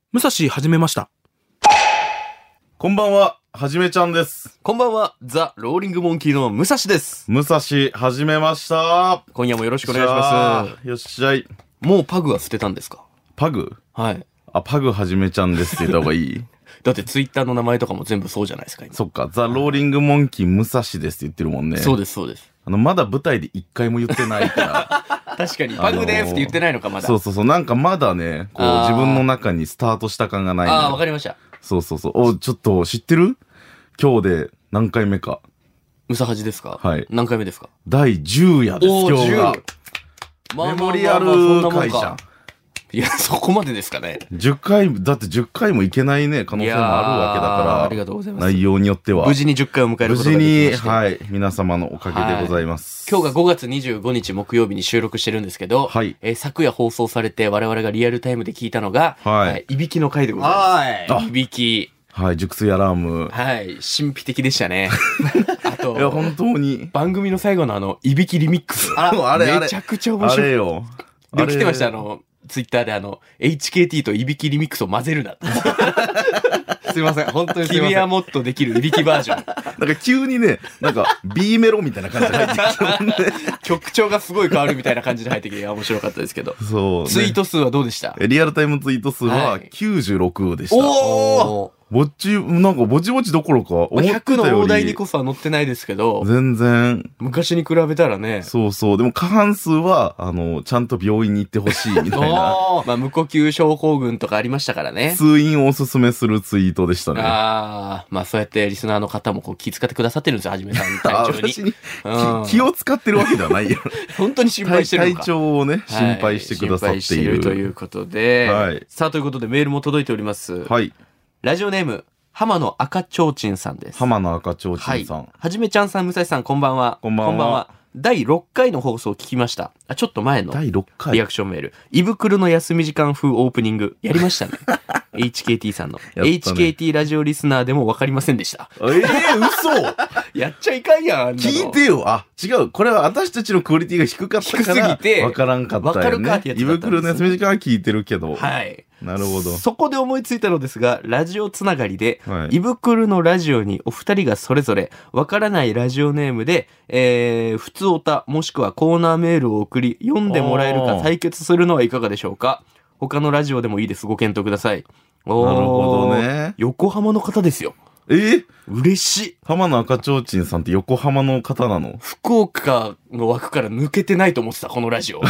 武蔵始めました。 こんばんは、はじめちゃんです。 こんばんは、ザ・ローリングモンキーの武蔵です。 武蔵始めました。 今夜もよろしくお願いします。 よっしゃい。 もうパグは捨てたんですか？ パグ？ はい。 パグはじめちゃんですって言った方がいい？ だってツイッターの名前とかも全部そうじゃないですか、今。 そっか、ザ・ローリングモンキー武蔵ですって言ってるもんね。 そうです、そうです。 まだ舞台で一回も言ってないから。 確かに、パグですって言ってないのか、まだ。 そう、なんかまだね、こう自分の中にスタートした感がない。 わかりました。 そう。ちょっと知ってる？今日で何回目か。 ムサハジですか？ はい。 何回目ですか？ 第10夜です、今日が。メモリアル会社。 いや、そこまでですかね。 10回、だって10回もいけないね、可能性もあるわけだから。 ありがとうございます。 内容によっては。 無事に10回を迎えることができまして。 無事に、はい、皆様のおかげでございます。 今日が5月25日木曜日に収録してるんですけど、 はい。 昨夜放送されて我々がリアルタイムで聞いたのが、 はい。 いびきの回でございます。 はい。 いびき。 はい、熟睡アラーム。 はい、神秘的でしたね。あと、 いや、本当に。 番組の最後のいびきリミックス。 あれ。 めちゃくちゃ面白い。 あれよ。 でも来てました、ツイッターでHKT といびきリミックスを混ぜるな。 すいません、本当にすいません。 君はもっとできるいびきバージョン。 なんか急にね、なんか B メロみたいな感じで入ってきたもんね。 曲調がすごい変わるみたいな感じで入ってきて面白かったですけど。 そう、ね。 ツイート数はどうでした？ リアルタイムツイート数は96でした。 おー！ なんかぼちぼちどころか、 100の大台にこそは載ってないですけど、 全然。 昔に比べたらね。 そう。でも過半数は、ちゃんと病院に行ってほしいみたいな。 無呼吸症候群とかありましたからね。 通院をおすすめするツイートでしたね。 そうやってリスナーの方も気遣ってくださってるんですよ、はじめさんの体調に。 私に気を使ってるわけではないよ。 本当に心配してるのか。 体調をね、心配してくださっている。 心配しているということで。 はい。 さあ、ということでメールも届いております。 はい。 ラジオネーム、浜野赤ちょうちんさんです。 浜野赤ちょうちんさん。 はじめちゃんさん、むさしさん、こんばんは。 こんばんは。 第6回の放送を聞きました。ちょっと前の第6回リアクションメール。胃袋の休み時間風オープニング。やりましたね。HKT さんの。HKT ラジオリスナーでも分かりませんでした。 嘘やっちゃいかんやん。 聞いてよ。違う。これは私たちのクオリティが低かったから。 低すぎて。 分からんかったよね。 分かるかってやつだったんです。 胃袋の休み時間は聞いてるけど。 はい。 なるほど。 そこで思いついたのですが、ラジオつながりで、胃袋のラジオにお二人がそれぞれわからないラジオネームで、普通おたもしくはコーナーメールを送り、読んでもらえるか対決するのはいかがでしょうか？他のラジオでもいいです。ご検討ください。 なるほどね。 横浜の方ですよ。嬉しい。 浜野赤ちょうちんさんって横浜の方なの？ 福岡の枠から抜けてないと思ってた、このラジオ。や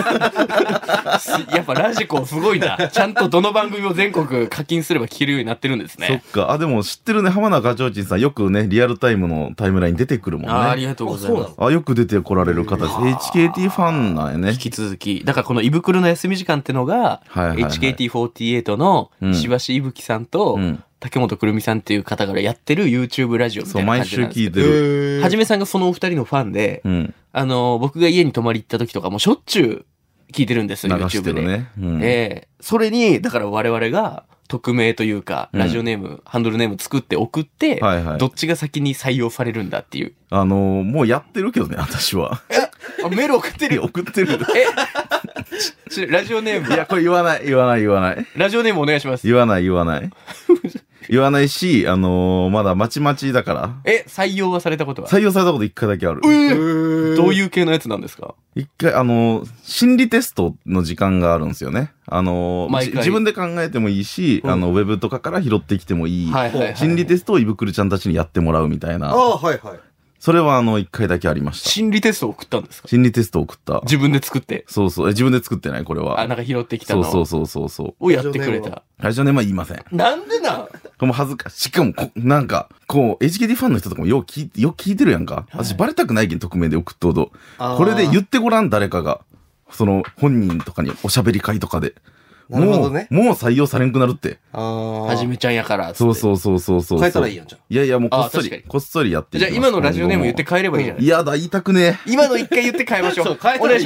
っぱラジコすごいな。ちゃんとどの番組も全国課金すれば聞けるようになってるんですね。 そっか。でも知ってるね。浜野赤ちょうちんさんよくね、リアルタイムのタイムライン出てくるもんね。 ありがとうございます。 よく出てこられる方です。HKT ファンなんやね。 引き続き。だからこの胃袋の休み時間ってのが、HKT48 の石橋いぶきさんと、竹本くるみさんっていう方からやってる YouTube ラジオみたいな感じなんですけど。 そう、毎週聞いてる。 はじめさんがそのお二人のファンで、僕が家に泊まり行った時とかもしょっちゅう聞いてるんですよ、YouTube で。それに、だから我々が匿名というか、ラジオネーム、ハンドルネーム作って送って、どっちが先に採用されるんだっていう。 もうやってるけどね、私は。 メール送ってるよ。 送ってる。 ラジオネーム。 いや、これ言わない。 ラジオネームお願いします。 言わない。言わないし、まだまちまちだから。 採用はされたことは？ 採用されたこと一回だけある。 どういう系のやつなんですか？ 一回、心理テストの時間があるんですよね。自分で考えてもいいし、ウェブとかから拾ってきてもいい。心理テストをイブクルちゃんたちにやってもらうみたいな。それは一回だけありました。 心理テストを送ったんですか？ 心理テストを送った。 自分で作って。 そう。自分で作ってない、これは。 なんか拾ってきたの。 そう。 をやってくれた。 ラジオネームは言いません。 なんでなん？ もう恥ずかしい。しかも、なんか、HKT ファンの人とかもよく聞いてるやんか。私バレたくないけん、匿名で送っとうと。これで言ってごらん、誰かが。本人とかにおしゃべり会とかで。なるほどね。もう採用されんくなるって。 はじめちゃんやから。 そう。 変えたらいいやんじゃん。 いや、もうこっそりやって。 じゃあ今のラジオネーム言って変えればいいじゃない？ いやだ、言いたくね今の一回言って変えましょう。 お願いします。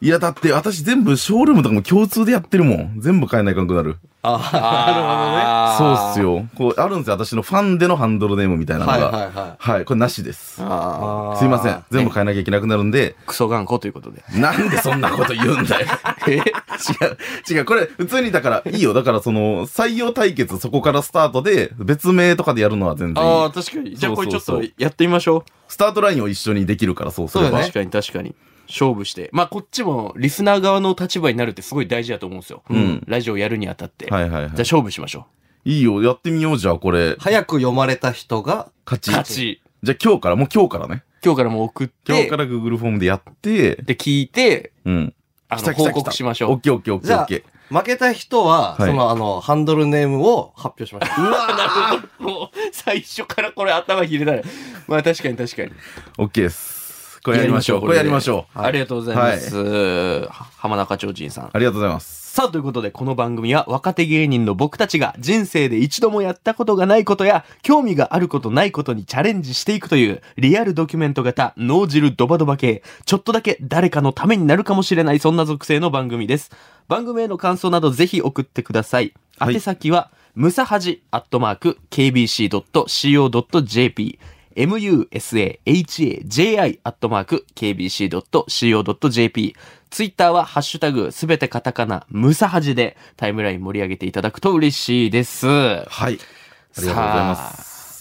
いや、だって私全部ショールームとかも共通でやってるもん。全部変えないかんくなる。 あそうっすよ。こう、あるんですよ。私のファンでのハンドルネームみたいなのが。はい。これなしです。すいません。全部変えなきゃいけなくなるんで。 クソ頑固ということで。 なんでそんなこと言うんだよ。違う。これ、普通にだから、いいよ。だからその、採用対決そこからスタートで、別名とかでやるのは全然いい。 ああ、確かに。じゃあこれちょっとやってみましょう。 スタートラインを一緒にできるから、そうすれば。 確かに。勝負して。まあ、こっちも、リスナー側の立場になるってすごい大事だと思うんですよ。ラジオやるにあたって。じゃあ勝負しましょう。いいよ、やってみよう、じゃあ、これ。 早く読まれた人が勝ち。 じゃあ今日からね。 今日からもう送って。 今日から Google フォームでやって。 で、聞いて、報告しましょう。 オッケー。 じゃあ、負けた人は、その、ハンドルネームを発表しました。 うわ、なるほど。もう、最初からこれ頭切れたね。まあ、確かに。 オッケーです。これやりましょう。 ありがとうございます。浜中超人さん。 ありがとうございます。 さあ、ということで、この番組は若手芸人の僕たちが人生で一度もやったことがないことや、興味があることないことにチャレンジしていくという、リアルドキュメント型、脳汁ドバドバ系、ちょっとだけ誰かのためになるかもしれない、そんな属性の番組です。番組への感想などぜひ送ってください。宛先は、ムサハジ@kbc.co.jp musahaji@kbc.co.jp ツイッターはハッシュタグすべてカタカナムサハジでタイムライン盛り上げていただくと嬉しいです。 はい。ありがとうございます。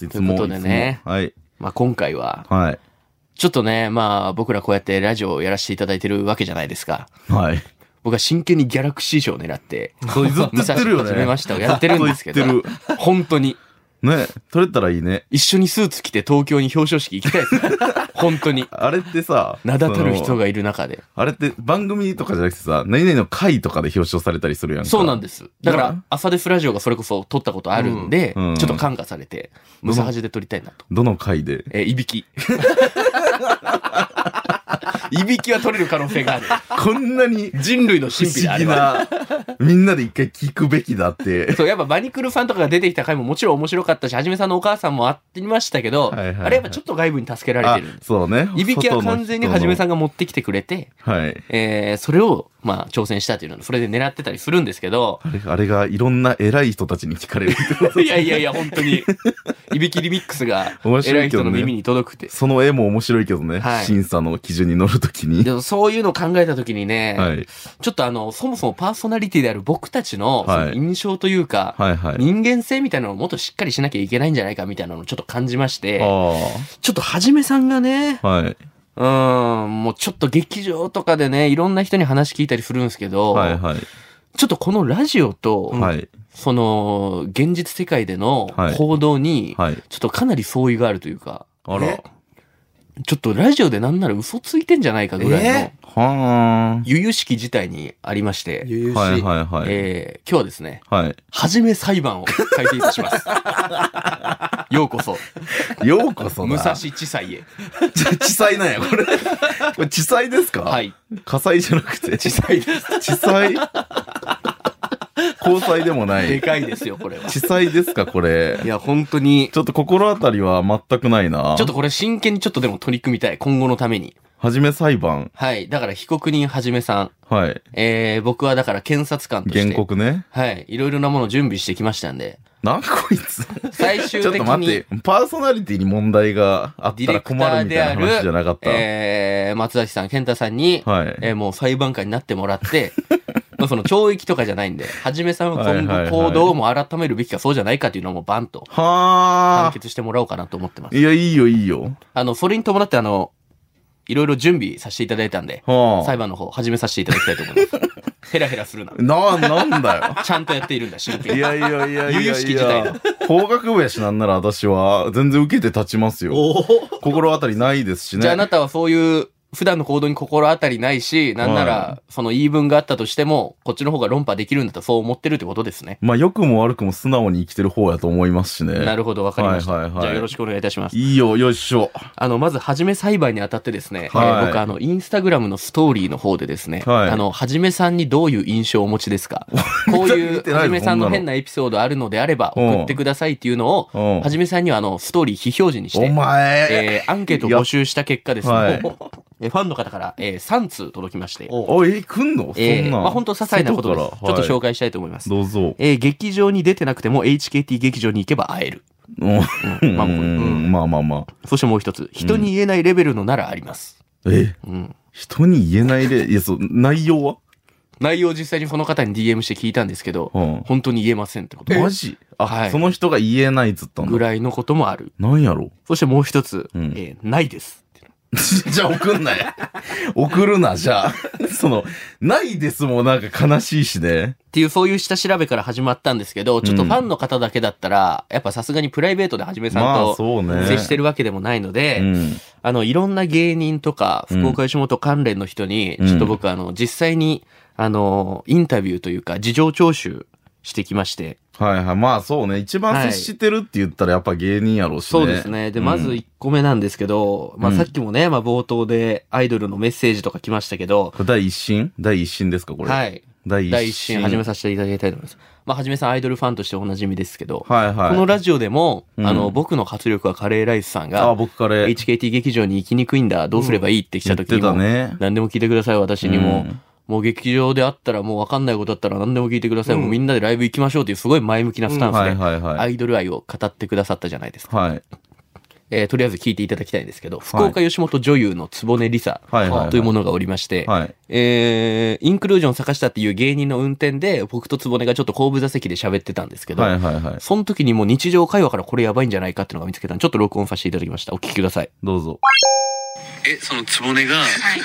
ということでね。 はい。 まあ今回は。 はい。 ちょっとね、まあ僕らこうやってラジオをやらせていただいてるわけじゃないですか。 はい。 僕は真剣にギャラクシー賞を狙って、 そうずっと言ってるよね。 始めましたをやってるんですけど。本当に。 ね、取れたらいいね。 一緒にスーツ着て東京に表彰式行きたいですね。本当に。 あれってさ、 名だたる人がいる中で。 あれって番組とかじゃなくてさ、何々の会とかで表彰されたりするやんか。 そうなんです。だから、朝デスラジオがそれこそ撮ったことあるんで、ちょっと感化されて、ムサハジで撮りたいなと。 どの会でいびき。いびきは取れる可能性がある。 こんなに人類の神秘であるわ。 みんなで一回聞くべきだって。 そう、やっぱバニクルファンとかが出てきた回ももちろん面白かったし、はじめさんのお母さんもあってましたけど、あれやっぱちょっと外部に助けられてるんです。 そうね。 いびきは完全にはじめさんが持ってきてくれて、 はい。 それを、まあ、挑戦したというのは、それで狙ってたりするんですけど。 あれがいろんな偉い人たちに聞かれる。 いや、本当に。いびきリミックスが、偉い人の耳に届くって。 その絵も面白いけどね。審査の基準に乗るときに。 でもそういうのを考えたときにね、ちょっとそもそもパーソナリティである僕たちの印象というか、人間性みたいなのをもっとしっかりしなきゃいけないんじゃないかみたいなのをちょっと感じまして、ちょっとはじめさんがね、もうちょっと劇場とかでね、いろんな人に話聞いたりするんですけど、ちょっとこのラジオと、その、現実世界での行動に、ちょっとかなり相違があるというか、ちょっとラジオでなんなら嘘ついてんじゃないかぐらいの、由々しき事態にありまして、今日はですね、はじめ裁判を開廷いたします。ようこそ。 ようこそ武蔵地裁へ。 地裁なんや、これ。これ地裁ですか？ はい。 火災じゃなくて。 地裁です。 地裁交際でもない。 でかいですよ、これは。 地裁ですか、これ。 いや、本当に。 ちょっと心当たりは全くないな。 ちょっとこれ真剣にちょっとでも取り組みたい。今後のために。 はじめ裁判。 はい。だから被告人はじめさん。 はい。 僕はだから検察官として。 原告ね。 はい。いろいろなものを準備してきましたんで。 なんこいつ。 最終的に。 ちょっと待って。パーソナリティに問題があったら困るみたいな話じゃなかった。 松崎さん、健太さんに、もう裁判官になってもらって、まあその懲役とかじゃないんで、はじめさんは今後行動も改めるべきかそうじゃないかっていうのをもうバンと判決してもらおうかなと思ってます。 いや、いいよ、いいよ。 それに伴っていろいろ準備させていただいたんで、裁判の方始めさせていただきたいと思います。ヘラヘラするな。 なんだよ。 ちゃんとやっているんだ、真剣に。 いや。由 々しき事態だ。 法学部やしなんなら私は全然受けて立ちますよ。心当たりないですしね。 じゃああなたはそういう普段の行動に心当たりないし、なんなら、その言い分があったとしても、こっちの方が論破できるんだとそう思ってるってことですね。 まあ、良くも悪くも素直に生きてる方やと思いますしね。 なるほど、わかりました。じゃあよろしくお願いいたします。 いいよ、よいしょ。 まず、はじめ裁判にあたってですね、僕インスタグラムのストーリーの方でですね、はじめさんにどういう印象をお持ちですか？こういう、はじめさんの変なエピソードあるのであれば、送ってくださいっていうのを、はじめさんにはストーリー非表示にして、アンケートを募集した結果ですね、 ファンの方から、3通届きまして。 来んのそんな。 まあ本当些細なことです。ちょっと紹介したいと思います。 どうぞ。 劇場に出てなくても HKT 劇場に行けば会える。 まあまあまあ。 そしてもう一つ、人に言えないレベルのならあります。 人に言えないいや、内容は内容を実際にその方に DM して聞いたんですけど、本当に言えませんってこと。 マジ？その人が言えないっつったんだ。 ぐらいのこともある。 なんやろ？ そしてもう一つ、ないです。 じゃあ送んなよ。送るな、じゃあ。ないですもんなんか悲しいしね。 っていう、そういう下調べから始まったんですけど、ちょっとファンの方だけだったら、やっぱさすがにプライベートではじめさんと接してるわけでもないので、いろんな芸人とか、福岡吉本関連の人に、ちょっと僕実際に、インタビューというか、事情聴取してきまして。 はいはい。まあそうね。一番接してるって言ったらやっぱ芸人やろうしね。 そうですね。で、まず1個目なんですけど、まあさっきもね、まあ冒頭でアイドルのメッセージとか来ましたけど。 これ第一審ですかこれ。 はい。第一審始めさせていただきたいと思います。まあはじめさんアイドルファンとしておなじみですけど、はいはい。このラジオでも、僕の活力はカレーライスさんが、 僕カレー。 HKT 劇場に行きにくいんだ、どうすればいいって来た時にも、何でも聞いてください、私にも。もう劇場であったらもう分かんないことだったら何でも聞いてください。もうみんなでライブ行きましょうっていうすごい前向きなスタンスで、アイドル愛を語ってくださったじゃないですか。はい。とりあえず聞いていただきたいんですけど、福岡吉本女優の坪根梨沙というものがおりまして、インクルージョン坂下っていう芸人の運転で、僕と坪根がちょっと後部座席で喋ってたんですけど、その時にもう日常会話からこれやばいんじゃないかっていうのが見つけたんで、ちょっと録音させていただきました。お聞きください。 どうぞ。 その坪根が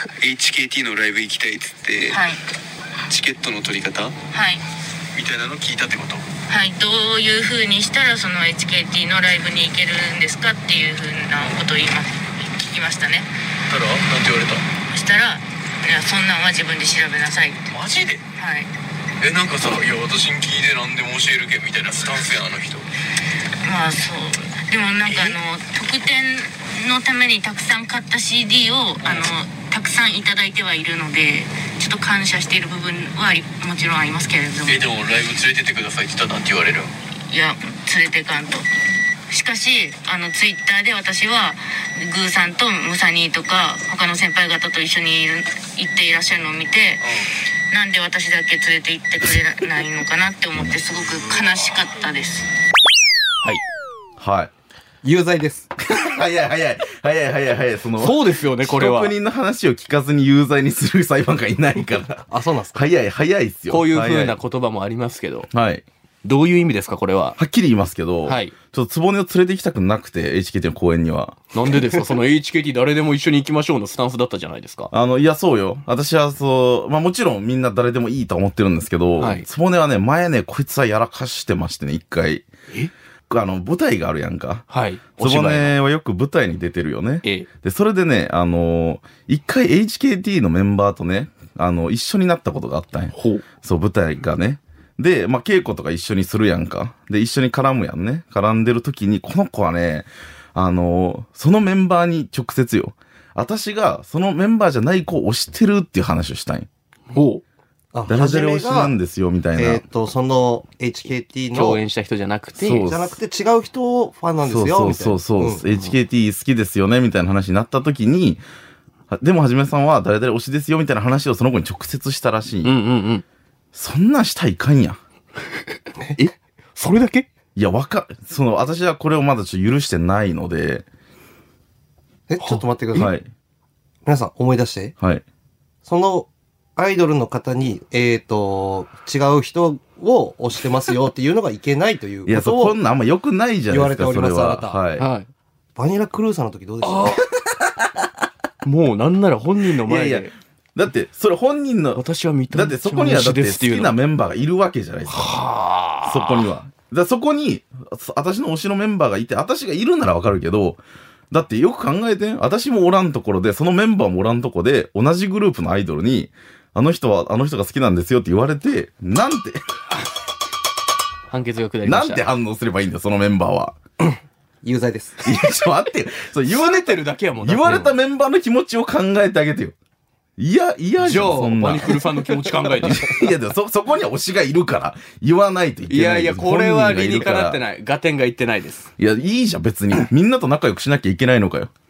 HKT のライブ行きたいっつって、チケットの取り方みたいなの聞いたってこと？ はい、どういう風にしたらその HKT のライブに行けるんですかっていう風なことを聞きましたね。 たらなんて言われた？ そしたら、いやそんなんは自分で調べなさいって。 マジで？ はい。 なんかさ、いや私に聞いて何でも教えるけみたいなスタンスやあの人。 まあそう。でもなんか特典のためにたくさん買った CD をたくさんいただいてはいるので、ちょっと感謝している部分はもちろんありますけれども。 でもライブ連れてってくださいって言ったらなんて言われる？ いや連れてかんと。しかしツイッターで私はグーさんとムサニーとか他の先輩方と一緒に行っていらっしゃるのを見て、なんで私だけ連れて行ってくれないのかなって思ってすごく悲しかったです。 はい。 有罪です。 早い。 そうですよね、これは。 被告人の話を聞かずに有罪にする裁判官いないから。 あ、そうなんですか。 早いっすよ。 こういう風な言葉もありますけど。 はい。 どういう意味ですか、これは。 はっきり言いますけど、 はい。 ちょっと坪根を連れて行きたくなくて、HKT の公演には。 なんでですかその HKT 誰でも一緒に行きましょうのスタンスだったじゃないですか。 いや、そうよ。私はまあもちろんみんな誰でもいいと思ってるんですけど、坪根はね、前ね、こいつはやらかしてましてね、一回。舞台があるやんか。 はい。 坪根はよく舞台に出てるよね。で、それでね、一回 HKT のメンバーとね、一緒になったことがあったんや。そう、舞台がね。で、まあ、稽古とか一緒にするやんか。で、一緒に絡むやんね。絡んでる時に、この子はね、そのメンバーに直接よ。私が、そのメンバーじゃない子を推してるっていう話をしたんよ。誰々推しなんですよ、みたいな。 その HKT の共演した人じゃなくて、 違う人をファンなんですよ、 そう。HKT 好きですよね、みたいな話になった時に、でもはじめさんは誰々推しですよ、みたいな話をその子に直接したらしい。そんなんしたらいかんやん。 それだけ？ いや、私はこれをまだちょっと許してないので。 ちょっと待ってください。皆さん思い出して。 はい。 その、アイドルの方に、違う人を推してますよっていうのがいけないということを。 いや、こんなんあんま良くないじゃないですか、 言われております、あなた。 はい。 バニラクルーサーの時どうでしたもうなんなら本人の前で。いやだって、それ本人の。 私は見た。 だってそこにはだって好きなメンバーがいるわけじゃないですか。そこには。そこに、私の推しのメンバーがいて、私がいるならわかるけど、だってよく考えて、私もおらんところで、そのメンバーもおらんとこで、同じグループのアイドルに、あの人が好きなんですよって言われて、なんて判決が下りました。 なんて反応すればいいんだよ、そのメンバーは。 有罪です。 いや、ちょっと待ってよ。そう言われてるだけやもん。言われたメンバーの気持ちを考えてあげてよ。いやじゃん、そんな。 バニクルファンの気持ち考えて。 いや、でもそこには推しがいるから、言わないといけない。 いや、これは理にかなってない。合点が言ってないです。 いや、いいじゃん、別に。みんなと仲良くしなきゃいけないのかよ。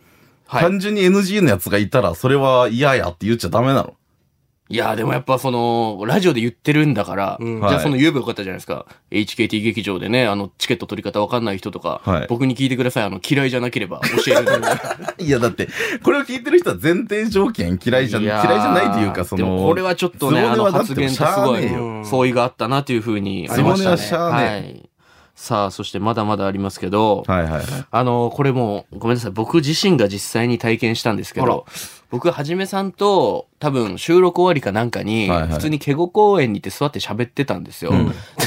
単純に NG のやつがいたら、それは嫌やって言っちゃダメなの？ いや、でもやっぱラジオで言ってるんだから、じゃあ言えばよかったじゃないですか。HKT 劇場でね、チケット取り方わかんない人とか、僕に聞いてください。嫌いじゃなければ教えるのに。 いや、だって、これを聞いてる人は前提条件嫌いじゃないというか、 でもこれはちょっとね、発言とすごい相違があったなというふうに思いましたね。 はしゃあねえ。 さあ、そしてまだまだありますけど、これもごめんなさい。僕自身が実際に体験したんですけど、僕、はじめさんと多分収録終わりかなんかに、普通にケゴ公園に行って座って喋ってたんですよ。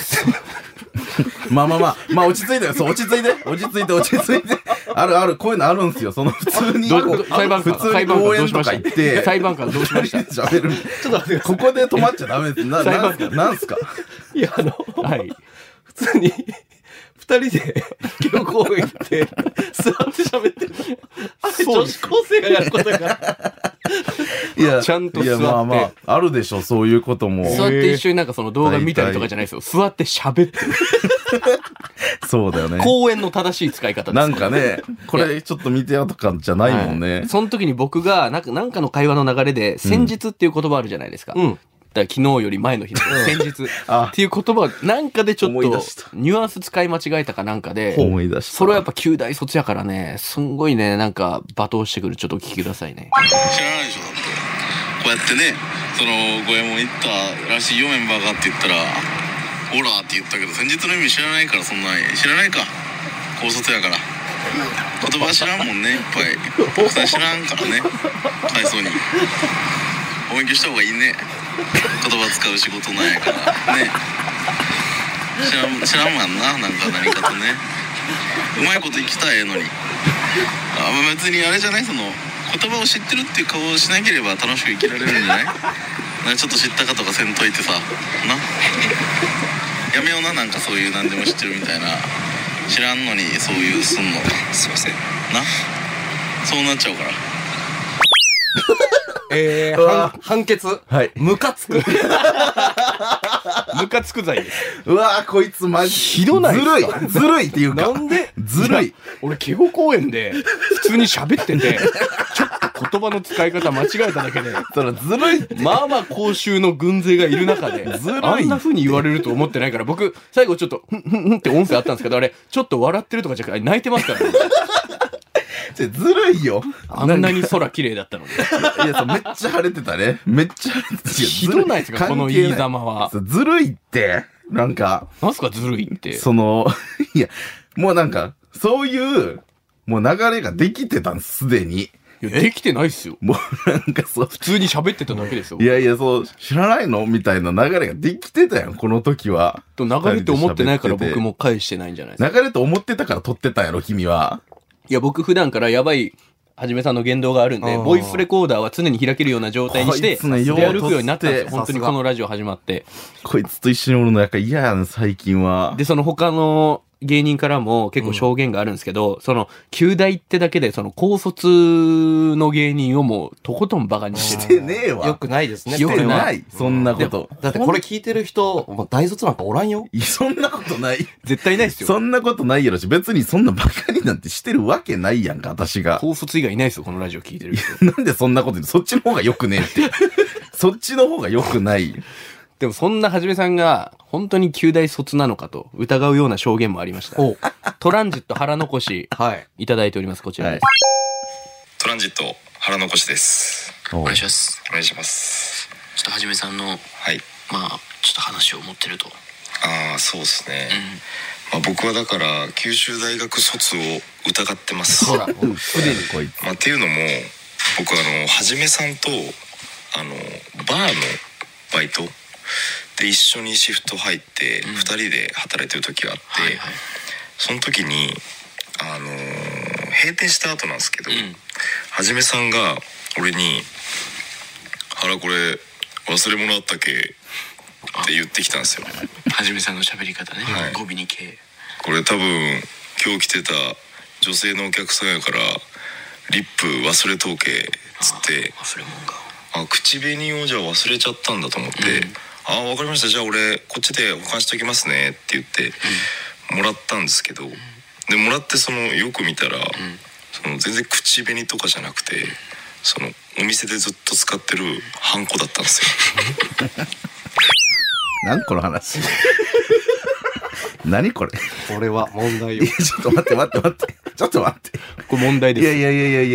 まあ、落ち着いてよ。落ち着いて。ある、こういうのあるんすよ。普通に。 裁判官公園とか行って。 裁判官どうしました？ 喋る。ちょっと待って、ここで止まっちゃダメです。なんすか？ いや、はい。普通に、二人で、ケゴ公園行って、座って喋ってる。あれ、女子高生がやることが。 いや、ちゃんと座って。 まあ、あるでしょ、そういうことも。 座って一緒に動画見たりとかじゃないですよ。座って喋ってる。 そうだよね。 公園の正しい使い方です。 なんかね、これちょっと見てよとかじゃないもんね。 その時に僕が、なんかの会話の流れで、先日っていう言葉あるじゃないですか。だから昨日より前の日の先日っていう言葉をなんかでちょっとニュアンス使い間違えたかなんかで、それはやっぱ旧大卒やからね、すんごいね、なんか罵倒してくる。ちょっとお聞きくださいね。 知らないでしょ、だってこうやってね、五右衛門行ったらしいよメンバーがって言ったらオラって言ったけど、先日の意味知らないから、そんな知らないか、高卒やから言葉知らんもんね、いっぱいたくさん知らんからね、かわいそうに。お勉強した方がいいね、言葉使う仕事なんやからね。知らんまんな、なんか何かとね、うまいこと生きたらええのに。別にあれじゃない、言葉を知ってるっていう顔をしなければ楽しく生きられるんじゃない？ちょっと知ったかとかせんといてさな、やめような、なんかそういう何でも知ってるみたいな、知らんのにそういうすんの、すいませんな、そうなっちゃうから。 判決。 はい。 ムカつく。 ムカつく罪です。 うわぁ、こいつマジ。 ひどないですか？ ずるいっていうか。 なんでずるい。 俺、ケゴ公園で普通に喋ってて、ちょっと言葉の使い方間違えただけで、 それずるい。 まあまあ公衆の軍勢がいる中で、 ずるい。 あんな風に言われると思ってないから、僕、最後ちょっと、ふんって音声あったんですけど、あれ、ちょっと笑ってるとかじゃなくて、泣いてますからね。 ずるいよ。 あんなに空綺麗だったのに。 いや、めっちゃ晴れてたね。めっちゃ晴れてた。 ひどないですか、この言いざまは。 ずるいって。なんか。 なんすか、ずるいって。 いや、もうなんか、そういう、もう流れができてたんです、すでに。 いや、できてないっすよ。 もうなんか普通に喋ってただけですよ。 いやいや、知らないのみたいな流れができてたやん、この時は。 流れって思ってないから僕も返してないんじゃないですか。流れと思ってたから撮ってたやろ、君は。 いや、僕普段からやばい、はじめさんの言動があるんで、ボイスレコーダーは常に開けるような状態にして、出歩くようになったんですよ。本当にこのラジオ始まって。 こいつと一緒におるのやから嫌やん、最近は。 で、他の芸人からも結構証言があるんですけど、旧大ってだけで、高卒の芸人をもう、とことんバカにしてねえわ。 よくないですね。 よくない。そんなこと。 だってこれ聞いてる人、もう大卒なんかおらんよ。 そんなことない。 絶対ないっすよ。 そんなことないやろし、別にそんなバカになんてしてるわけないやんか、私が。 高卒以外いないっすよ、このラジオ聞いてる人。なんでそんなこと言うの？そっちの方がよくねえって。そっちの方がよくない。 でもそんなはじめさんが本当に旧大卒なのかと疑うような証言もありました。トランジット腹残し、いただいております。こちらです。 トランジット腹残しです。 お願いします。 お願いします。 ちょっとはじめさんの、まあちょっと話を持ってると。 そうですね。僕はだから九州大学卒を疑ってます。 ほら、すでにこいつ。 っていうのも僕はじめさんとバーのバイトで一緒にシフト入って2人で働いてる時があって、その時に閉店した後なんですけど、はじめさんが俺に「これ忘れ物あったけ」って言ってきたんですよ。 はじめさんの喋り方ね、語尾に「け」。 これ多分今日来てた女性のお客さんやからリップ忘れとけっつって、 忘れ物が口紅をじゃあ忘れちゃったんだと思って、分かりました、じゃあ俺こっちで保管しておきますねって言ってもらったんですけど、でもらってよく見たら、 全然口紅とかじゃなくて、お店でずっと使ってるハンコだったんですよ。 何この話。何これ。 これは問題よ。 ちょっと待って。ちょっと待って。 これ問題です。 いや。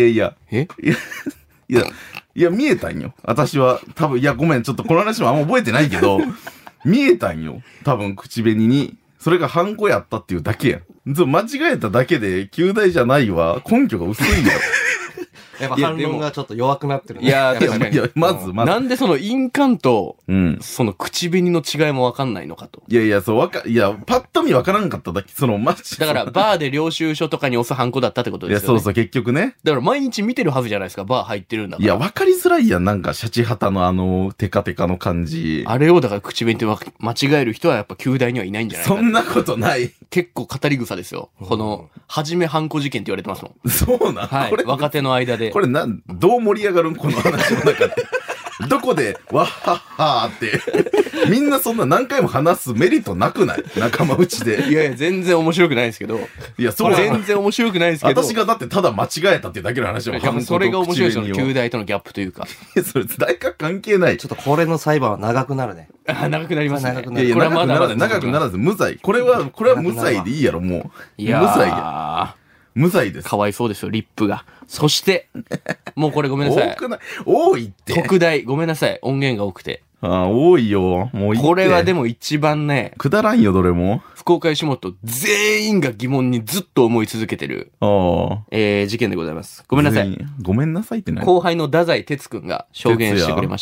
いや、見えたんよ。私は、多分、いや、ごめん、ちょっとこの話もあんま覚えてないけど、見えたんよ。多分、口紅に。それがハンコやったっていうだけやん。間違えただけで、旧大じゃないわ。根拠が薄いんだよ。 やっぱ反論がちょっと弱くなってるね。 いや、確かに。 まず。 なんでその印鑑と、その口紅の違いもわかんないのかと。 いや、パッと見わからんかっただけ、マジだから、バーで領収書とかに押すハンコだったってことですよね。 いや、そう、結局ね。 だから毎日見てるはずじゃないですか、バー入ってるんだから。 いや、わかりづらいやん、なんか、シャチハタのテカテカの感じ。 あれを、だから口紅って間違える人はやっぱ旧大にはいないんじゃないかそんなことない。 結構語り草ですよ。この、はじめハンコ事件って言われてますもん。 そうなんはい。若手の間で。 これどう盛り上がるんこの話の中で。どこで、わっはっはーって。みんなそんな何回も話すメリットなくない仲間内で。 いや、全然面白くないですけど。 いや、そう全然面白くないですけど。 私がだってただ間違えたっていうだけの話を。 それが面白いですよ、旧大とのギャップというか。 いや、それ大学関係ない。 ちょっとこれの裁判は長くなるね。 長くなりますね。 いや、これはまだ長くならず無罪。これは無罪でいいやろ、もう。無罪や。無罪です。 かわいそうですよ、リップが。そして、もうこれごめんなさい。 多いって。 特大、ごめんなさい。音源が多くて。 多いよ。もういいって。 これはでも一番ね、 くだらんよ、どれも。 福岡吉本全員が疑問にずっと思い続けてる、事件でございます。ごめんなさい。 ごめんなさいって何？ 後輩の太宰哲くんが証言してくれました。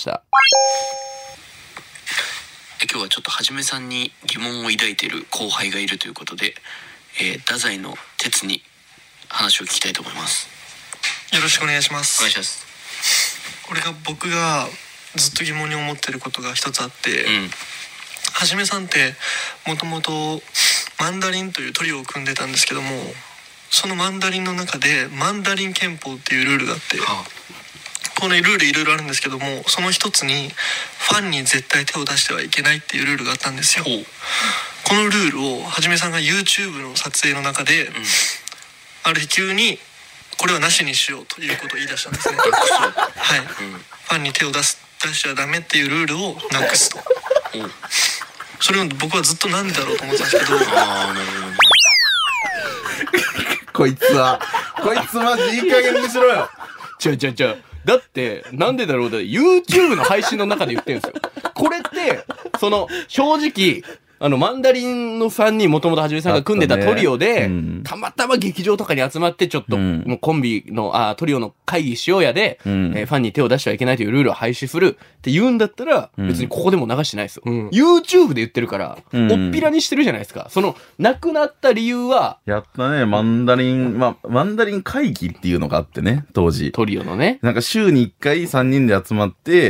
今日はちょっとはじめさんに疑問を抱いている後輩がいるということで、太宰の哲に話を聞きたいと思います。 よろしくお願いします。 お願いします。 僕がずっと疑問に思ってることが一つあって、はじめさんってもともとマンダリンというトリオを組んでたんですけども、そのマンダリンの中でマンダリン憲法っていうルールがあって、このルールいろいろあるんですけども、その一つにファンに絶対手を出してはいけないっていうルールがあったんですよ。このルールをはじめさんが YouTube の撮影の中で、ある日急にこれはなしにしようということを言い出したんですね。はい、ファンに手を出しちゃダメっていうルールをなくすと。それを僕はずっとなんでだろうと思ってたんですけど。 こいつマジいい加減にしろよ。 だってなんでだろうだって YouTube の配信の中で言ってるんですよ。これって正直マンダリンの3人もともとはじめさんが組んでたトリオで、たまたま劇場とかに集まってちょっと、もうコンビの、トリオの会議しようやで、ファンに手を出してはいけないというルールを廃止するって言うんだったら、別にここでも流してないですよ。YouTube で言ってるから、おっぴらにしてるじゃないですか。亡くなった理由は、 やったね、マンダリン会議っていうのがあってね、当時。 トリオのね。 なんか週に1回3人で集まって、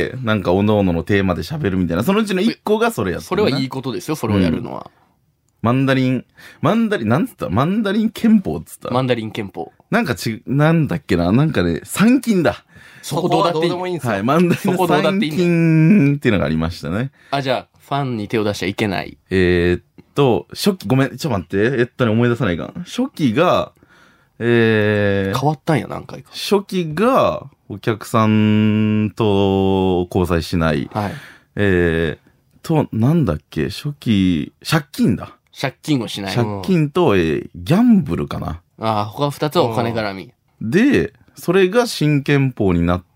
なんか各々のテーマで喋るみたいな、そのうちの1個がそれやった。 それはいいことですよ、それをやるのは。 マンダリン、なんつったマンダリン憲法っつったマンダリン憲法。 なんかなんだっけななんかね、参勤だ。 そこどうだっていい。 はい、マンダリンの参勤っていうのがありましたね。 じゃあ、ファンに手を出しちゃいけない。 初期、ごめん、ちょっと待って、思い出さないか。初期が、 変わったんや、何回か。 初期が、お客さんと交際しない。 はい。 なんだっけ、初期、借金だ。 借金をしない。 借金と、ギャンブルかな。 他2つはお金絡み。 で、それが新憲法になって、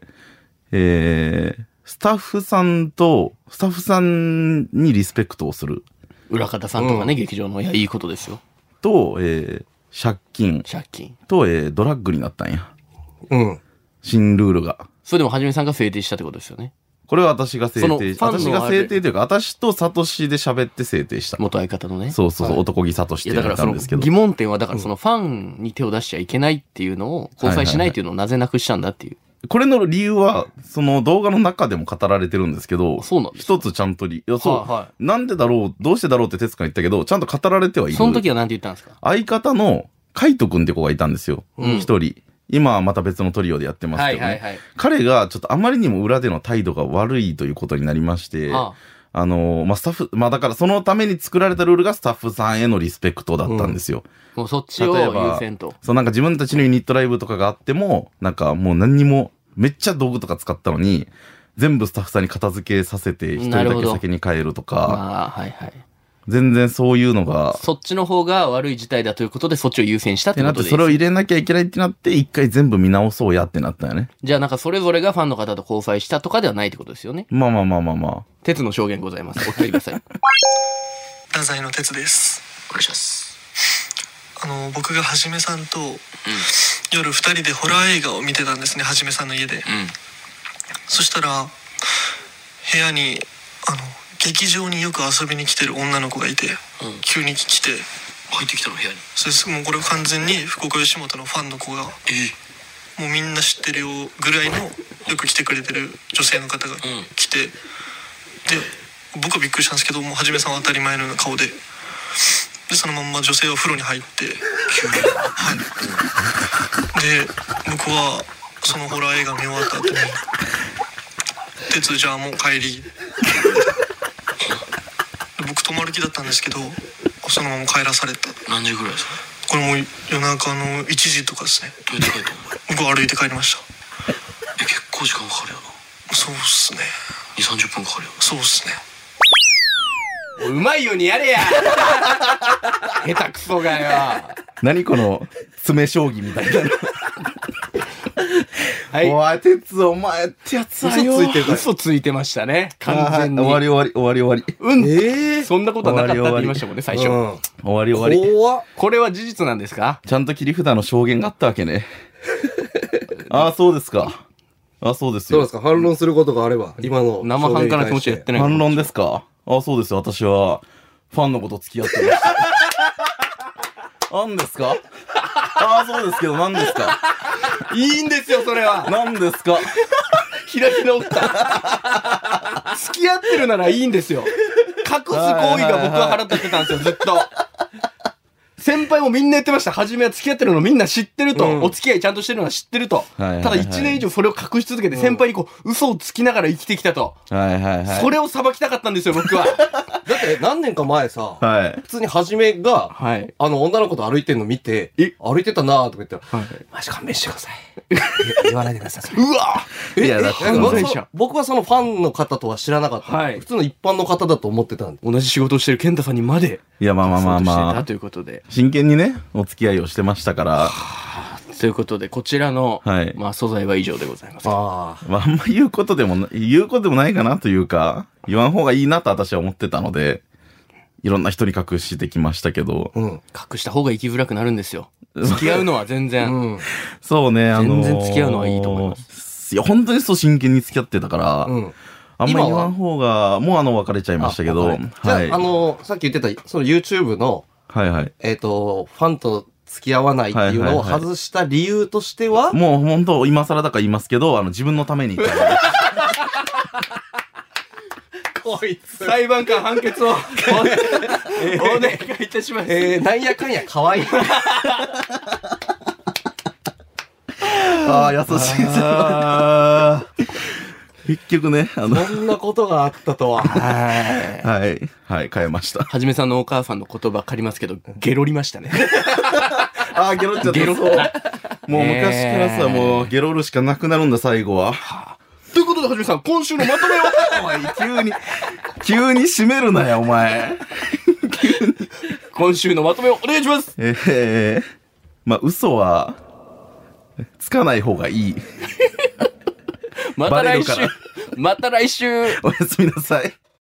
スタッフさんにリスペクトをする。 裏方さんとかね、劇場の、いいことですよ。 と、借金。と、ドラッグになったんや。新ルールが。 それでもはじめさんが制定したってことですよね。 これは私が制定というか、私とサトシで喋って制定した。 元相方のね。 そう、男気サトシって言ったんですけど。 疑問点は、だからファンに手を出しちゃいけないっていうのを、交際しないっていうのをなぜなくしたんだっていう。 これの理由は、その動画の中でも語られてるんですけど、 そうなんです。 一つちゃんとなんでだろう、どうしてだろうって哲君言ったけど、ちゃんと語られてはいる。 その時は何て言ったんですか？ 相方のカイト君って子がいたんですよ。一人。今はまた別のトリオでやってますけどね。彼がちょっとあまりにも裏での態度が悪いということになりまして、 まあ、スタッフ、まあ、だからそのために作られたルールがスタッフさんへのリスペクトだったんですよ。 もうそっちを優先と。 そう、なんか自分たちのユニットライブとかがあっても、なんかもう何にも、めっちゃ道具とか使ったのに、全部スタッフさんに片付けさせて、一人だけ先に帰るとか、 はいはい。 全然そういうのが。 そっちの方が悪い事態だということで、そっちを優先したってことで。 それを入れなきゃいけないってなって、一回全部見直そうやってなったよね。 じゃあなんかそれぞれがファンの方と交際したとかではないってことですよね。 まあ。 鉄の証言ございます。お聞きください。 太宰の鉄です。 お願いします。 僕がはじめさんと、夜2人でホラー映画を見てたんですね、はじめさんの家で。そしたら部屋に劇場によく遊びに来てる女の子がいて、急に来て入ってきたの部屋に。 そうです。もうこれ完全に福岡吉本のファンの子が、もうみんな知ってるよぐらいのよく来てくれてる女性の方が来て、で僕はびっくりしたんですけども、はじめさんは当たり前のような顔で、そのまんま女性は風呂に入って急にはいで僕はそのホラー映画見終わった後に「鉄じゃあもう帰り」僕泊まる気だったんですけど、そのまま帰らされた。 何時ぐらいですか？ これもう夜中の1時とかですね。 どうやって帰ったの？ 僕は歩いて帰りました。 結構時間かかるよな。 そうっすね。 2、30分かかるよ。 そうっすね。 うまいようにやれや下手くそがよ。 何この詰将棋みたいなの。 はい。 おい、鉄お前ってやつはよ。 嘘ついてましたね。完全に。 終わり。 そんなことはなかったって言いましたもんね、最初。 終わり。 これは事実なんですか？ ちゃんと切り札の証言があったわけね。そうですか。そうですよ。 そうですか。反論することがあれば、今の。 生半可な気持ちはやってない。 反論ですか？そうですよ。私は、ファンの子と付き合ってました。何ですか？そうですけど、何ですか？ いいんですよ、それは。 何ですか？ 開き直った。付き合ってるならいいんですよ。隠す行為が僕は腹立ってたんですよ、ずっと。先輩もみんな言ってました。初めは付き合ってるのみんな知ってると。お付き合いちゃんとしてるのは知ってると。ただ1年以上それを隠し続けて、先輩に嘘をつきながら生きてきたと。それを裁きたかったんですよ、僕は。 だって何年か前さ、普通にはじめが、女の子と歩いてんの見て、歩いてたなーとか言ったら、マジ勘弁してください。言わないでください。うわ僕はそのファンの方とは知らなかった。普通の一般の方だと思ってたんで。 同じ仕事をしてる健太さんにまで。 いや、まあ。 ということで。 真剣にね、お付き合いをしてましたから。 ということで、こちらの、素材は以上でございます。 あんま言うことでもないかなというか、言わん方がいいなと私は思ってたので、いろんな人に隠してきましたけど。 隠した方が生きづらくなるんですよ。付き合うのは全然。 そうね、 全然付き合うのはいいと思います。 いや、本当に真剣に付き合ってたから、あんま言わん方が、もう別れちゃいましたけど。 じゃあ、さっき言ってた、その YouTube の、ファンと付き合わないっていうのを外した理由としては、 もう本当今更だから言いますけど、自分のために。 こいつ。 裁判官判決をお願いいたします。 なんやかんや可愛い。 優しいさ。結局ね、 そんなことがあったとは。 はい、変えました。 はじめさんのお母さんの言葉借りますけど、ゲロりましたね。 ゲロっちゃった。もう昔からさ、もうゲロるしかなくなるんだ、最後は。 ということで、はじめさん、今週のまとめを。 お前、急に締めるなよ、お前。 今週のまとめをお願いします。 嘘は、つかない方がいい。 また来週。 おやすみなさい。